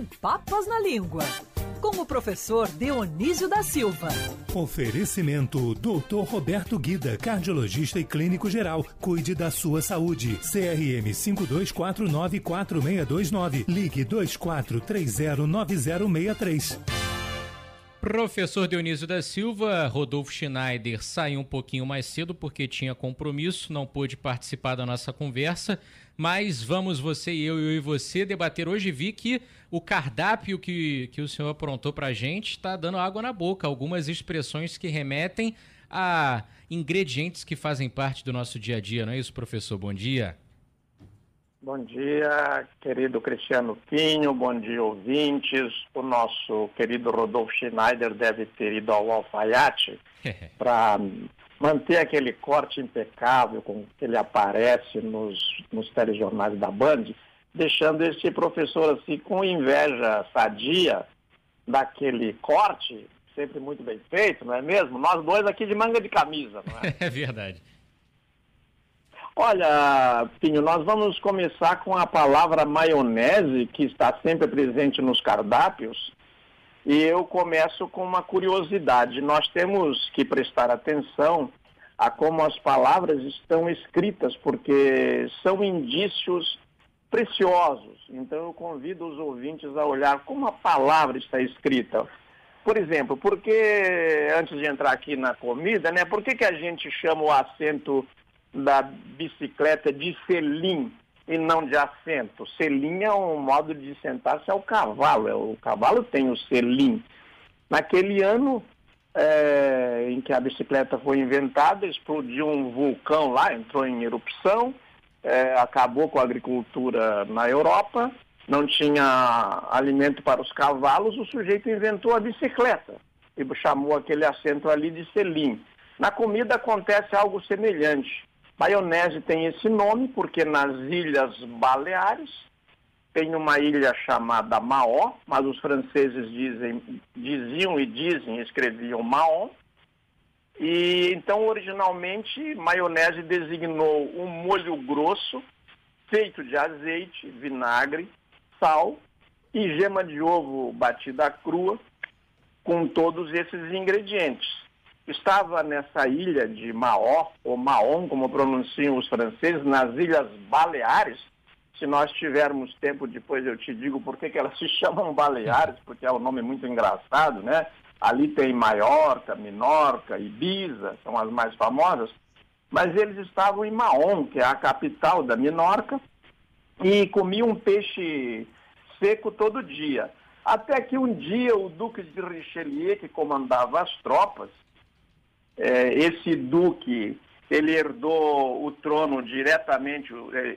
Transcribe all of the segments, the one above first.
Papas na Língua, com o professor Dionísio da Silva. Oferecimento Dr. Roberto Guida, cardiologista e clínico geral. Cuide da sua saúde. CRM 52494629. Ligue 24309063. Professor Dionísio da Silva, Rodolfo Schneider saiu um pouquinho mais cedo porque tinha compromisso, não pôde participar da nossa conversa, mas vamos eu e você debater hoje. Vi que o cardápio que o senhor aprontou pra gente está dando água na boca, algumas expressões que remetem a ingredientes que fazem parte do nosso dia a dia, não é isso, professor? Bom dia. Bom dia, querido Cristiano Pinho, bom dia, ouvintes. O nosso querido Rodolfo Schneider deve ter ido ao alfaiate para manter aquele corte impecável com que ele aparece nos telejornais da Band, deixando esse professor assim com inveja sadia daquele corte, sempre muito bem feito, não é mesmo? Nós dois aqui de manga de camisa, não é? É verdade. Olha, Pinho, nós vamos começar com a palavra maionese, que está sempre presente nos cardápios, e eu começo com uma curiosidade. Nós temos que prestar atenção a como as palavras estão escritas, porque são indícios preciosos. Então eu convido os ouvintes a olhar como a palavra está escrita. Por exemplo, porque, antes de entrar aqui na comida, né, por que a gente chama o assento da bicicleta de selim e não de assento? Selim é um modo de sentar-se ao cavalo, o cavalo tem o selim. Naquele ano em que a bicicleta foi inventada, explodiu um vulcão lá, entrou em erupção, acabou com a agricultura na Europa, não tinha alimento para os cavalos, o sujeito inventou a bicicleta e chamou aquele assento ali de selim. Na comida acontece algo semelhante. Maionese tem esse nome porque nas Ilhas Baleares tem uma ilha chamada Mahon, mas os franceses escreviam Mahon. E então, originalmente, maionese designou um molho grosso feito de azeite, vinagre, sal e gema de ovo batida crua, com todos esses ingredientes. Estava nessa ilha de Mahon, ou Mahon, como pronunciam os franceses, nas Ilhas Baleares. Se nós tivermos tempo, depois eu te digo por que elas se chamam Baleares, porque é um nome muito engraçado, né? Ali tem Maiorca, Minorca, Ibiza, são as mais famosas, mas eles estavam em Mahon, que é a capital da Minorca, e comiam peixe seco todo dia. Até que um dia o Duque de Richelieu, que comandava as tropas, esse duque, ele herdou o trono diretamente,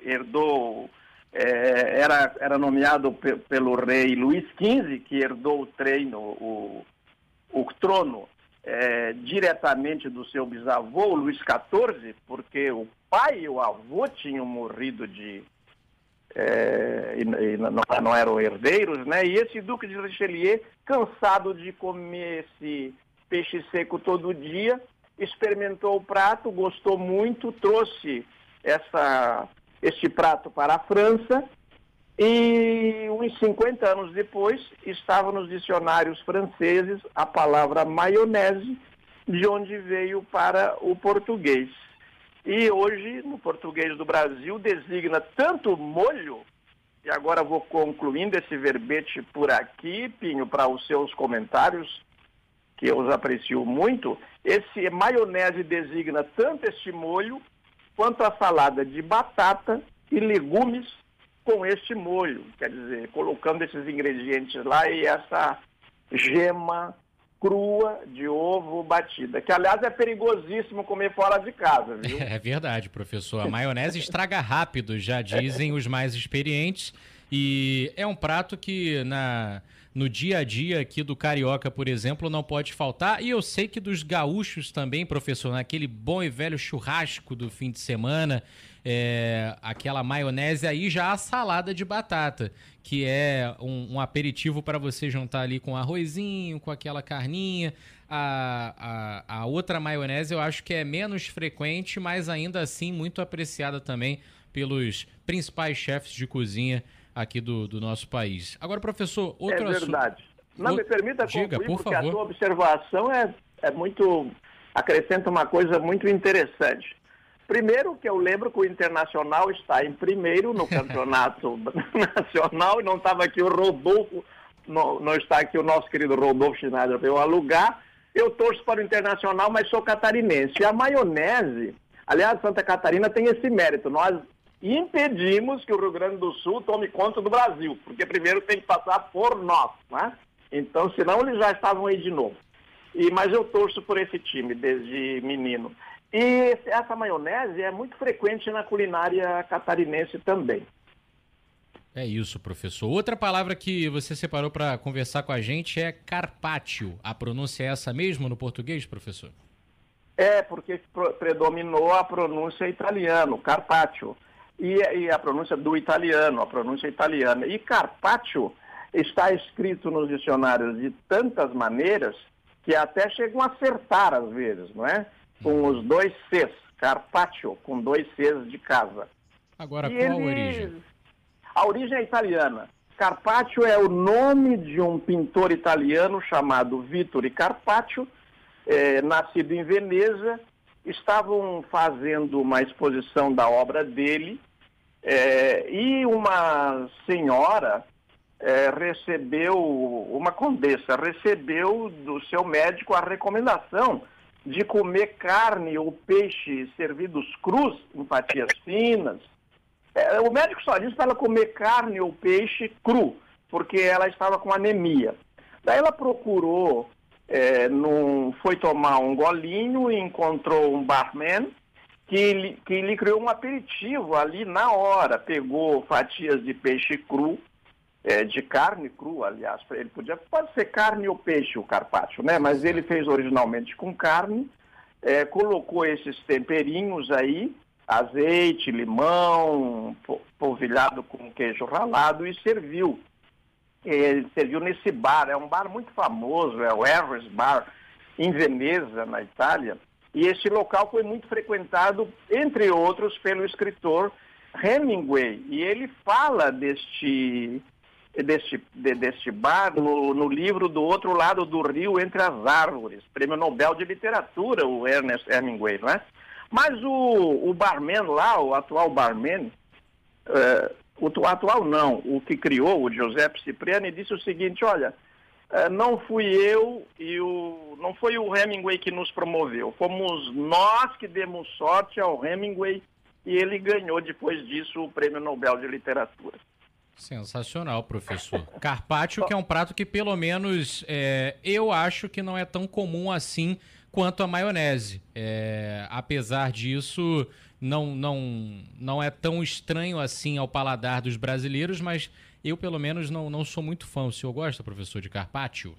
era nomeado pelo rei Luís XV, que herdou o trono diretamente do seu bisavô, Luís XIV, porque o pai e o avô tinham morrido não eram herdeiros, né? E esse Duque de Richelieu, cansado de comer esse peixe seco todo dia, experimentou o prato, gostou muito, trouxe este prato para a França e uns 50 anos depois estava nos dicionários franceses a palavra maionese, de onde veio para o português. E hoje, no português do Brasil, designa tanto molho, e agora vou concluindo esse verbete por aqui, Pinho, para os seus comentários, que eu os aprecio muito. Esse maionese designa tanto este molho quanto a salada de batata e legumes com este molho. Quer dizer, colocando esses ingredientes lá e essa gema crua de ovo batida, que aliás é perigosíssimo comer fora de casa, viu? É verdade, professor. A maionese estraga rápido, já dizem os mais experientes, e é um prato que no dia a dia aqui do carioca, por exemplo, não pode faltar. E eu sei que dos gaúchos também, professor, naquele bom e velho churrasco do fim de semana, aquela maionese aí, já a salada de batata, que é um aperitivo para você juntar ali com arrozinho, com aquela carninha. A outra maionese eu acho que é menos frequente, mas ainda assim muito apreciada também pelos principais chefes de cozinha aqui do nosso país. Agora, professor, outro assunto... É verdade. Não, me permita concluir, porque a sua observação é muito... acrescenta uma coisa muito interessante. Primeiro, que eu lembro que o Internacional está em primeiro no campeonato nacional, e não estava aqui o Rodolfo, não está aqui o nosso querido Rodolfo Schneider para eu alugar. Eu torço para o Internacional, mas sou catarinense. E a maionese, aliás, Santa Catarina tem esse mérito. Nós impedimos que o Rio Grande do Sul tome conta do Brasil, porque primeiro tem que passar por nós, né? Então, senão eles já estavam aí de novo. Mas eu torço por esse time desde menino. E essa maionese é muito frequente na culinária catarinense também. É isso, professor. Outra palavra que você separou para conversar com a gente é carpaccio. A pronúncia é essa mesmo no português, professor? É, porque predominou a pronúncia italiana, carpaccio. E a pronúncia do italiano, a pronúncia italiana. E carpaccio está escrito nos dicionários de tantas maneiras que até chegam a acertar às vezes, não é? Com os dois Cs, carpaccio, com dois Cs de casa. Agora, qual a origem? A origem é italiana. Carpaccio é o nome de um pintor italiano chamado Vittore Carpaccio, nascido em Veneza. Estavam fazendo uma exposição da obra dele e uma senhora uma condessa recebeu do seu médico a recomendação de comer carne ou peixe servidos crus, em fatias finas. O médico só disse para ela comer carne ou peixe cru, porque ela estava com anemia. Daí ela procurou, foi tomar um golinho e encontrou um barman que lhe criou um aperitivo ali na hora. Pegou fatias de peixe cru, de carne crua, aliás, pode ser carne ou peixe o carpaccio, né? Mas ele fez originalmente com carne, colocou esses temperinhos aí, azeite, limão, polvilhado com queijo ralado e serviu. Ele serviu nesse bar, é um bar muito famoso, é o Harris Bar, em Veneza, na Itália, e esse local foi muito frequentado, entre outros, pelo escritor Hemingway, e ele fala deste bar no livro Do Outro Lado do Rio, Entre as Árvores, Prêmio Nobel de Literatura, o Ernest Hemingway, não é? Mas o barman lá, o atual barman, o atual não, o que criou, o Giuseppe Cipriani, disse o seguinte: olha, não fui eu não foi o Hemingway que nos promoveu, fomos nós que demos sorte ao Hemingway e ele ganhou depois disso o Prêmio Nobel de Literatura. Sensacional, professor. Carpaccio, que é um prato que pelo menos eu acho que não é tão comum assim quanto a maionese. Apesar disso, não é tão estranho assim ao paladar dos brasileiros, mas eu pelo menos não sou muito fã. O senhor gosta, professor, de carpaccio?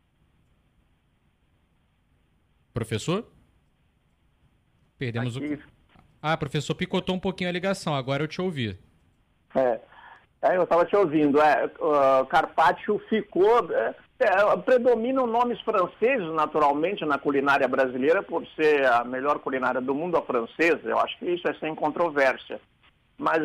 Professor? Perdemos aqui. Professor, picotou um pouquinho a ligação, agora eu te ouvi. Eu estava te ouvindo. Carpaccio ficou... predominam nomes franceses, naturalmente, na culinária brasileira, por ser a melhor culinária do mundo, a francesa. Eu acho que isso é sem controvérsia. Mas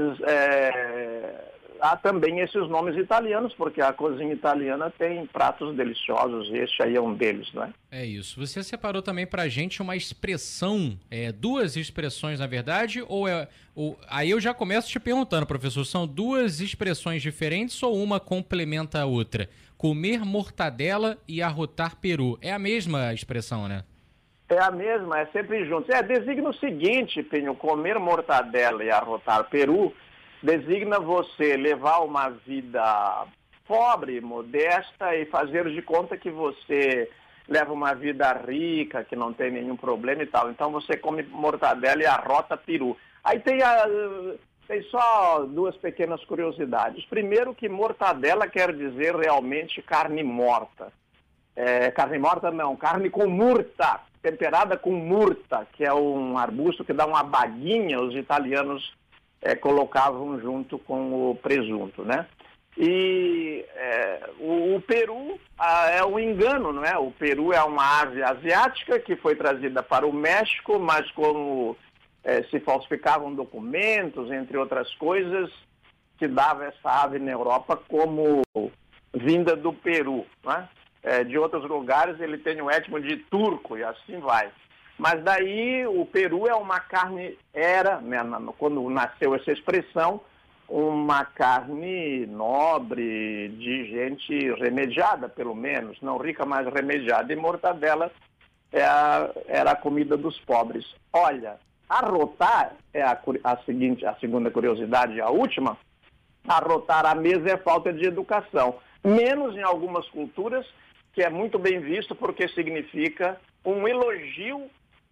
há também esses nomes italianos, porque a cozinha italiana tem pratos deliciosos, e este aí é um deles, não é? É isso. Você separou também pra gente uma expressão, duas expressões, na verdade, aí eu já começo te perguntando, professor, são duas expressões diferentes ou uma complementa a outra? Comer mortadela e arrotar peru. É a mesma expressão, né? É a mesma, é sempre junto. Designa o seguinte, Pinho, comer mortadela e arrotar peru designa você levar uma vida pobre, modesta e fazer de conta que você leva uma vida rica, que não tem nenhum problema e tal. Então você come mortadela e arrota peru. Aí tem só duas pequenas curiosidades. Primeiro, que mortadela quer dizer realmente carne morta. Carne morta não, carne com murta, temperada com murta, que é um arbusto que dá uma baguinha, os italianos colocavam junto com o presunto, né? E o peru é um engano, não é? O peru é uma ave asiática que foi trazida para o México, mas como se falsificavam documentos, entre outras coisas, se dava essa ave na Europa como vinda do Peru, né? De outros lugares ele tem o étimo de turco e assim vai. Mas daí o Peru é uma carne, né, quando nasceu essa expressão, uma carne nobre, de gente remediada, pelo menos, não rica, mas remediada. E mortadela era a comida dos pobres. Olha, arrotar é a segunda curiosidade, a última. Arrotar a mesa é falta de educação. Menos em algumas culturas, que é muito bem visto porque significa um elogio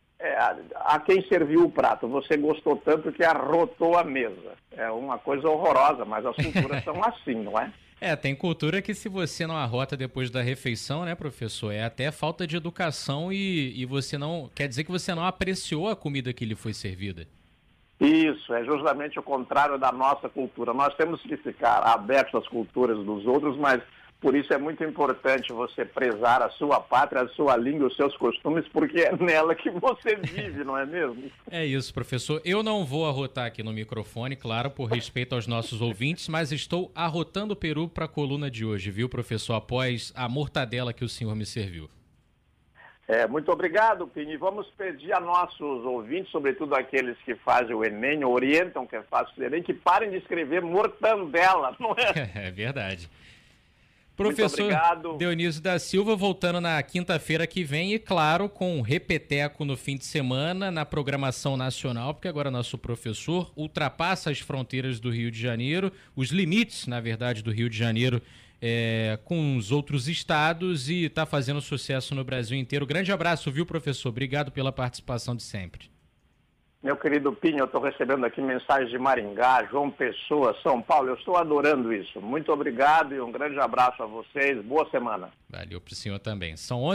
a quem serviu o prato. Você gostou tanto que arrotou a mesa. É uma coisa horrorosa, mas as culturas são assim, não é? Tem cultura que se você não arrota depois da refeição, né, professor, é até falta de educação e você não... Quer dizer que você não apreciou a comida que lhe foi servida. Isso, é justamente o contrário da nossa cultura. Nós temos que ficar abertos às culturas dos outros, mas por isso é muito importante você prezar a sua pátria, a sua língua, os seus costumes, porque é nela que você vive, não é mesmo? É isso, professor. Eu não vou arrotar aqui no microfone, claro, por respeito aos nossos ouvintes, mas estou arrotando o peru para a coluna de hoje, viu, professor? Após a mortadela que o senhor me serviu. Muito obrigado, Pini. Vamos pedir a nossos ouvintes, sobretudo aqueles que fazem o Enem, orientam que façam o Enem, que parem de escrever mortandela, não é? É verdade. Professor Dionísio da Silva voltando na quinta-feira que vem e, claro, com um repeteco no fim de semana na programação nacional, porque agora nosso professor ultrapassa as fronteiras do Rio de Janeiro, os limites, na verdade, do Rio de Janeiro com os outros estados e está fazendo sucesso no Brasil inteiro. Grande abraço, viu, professor? Obrigado pela participação de sempre. Meu querido Pinho, eu estou recebendo aqui mensagens de Maringá, João Pessoa, São Paulo. Eu estou adorando isso. Muito obrigado e um grande abraço a vocês. Boa semana. Valeu para o senhor também. São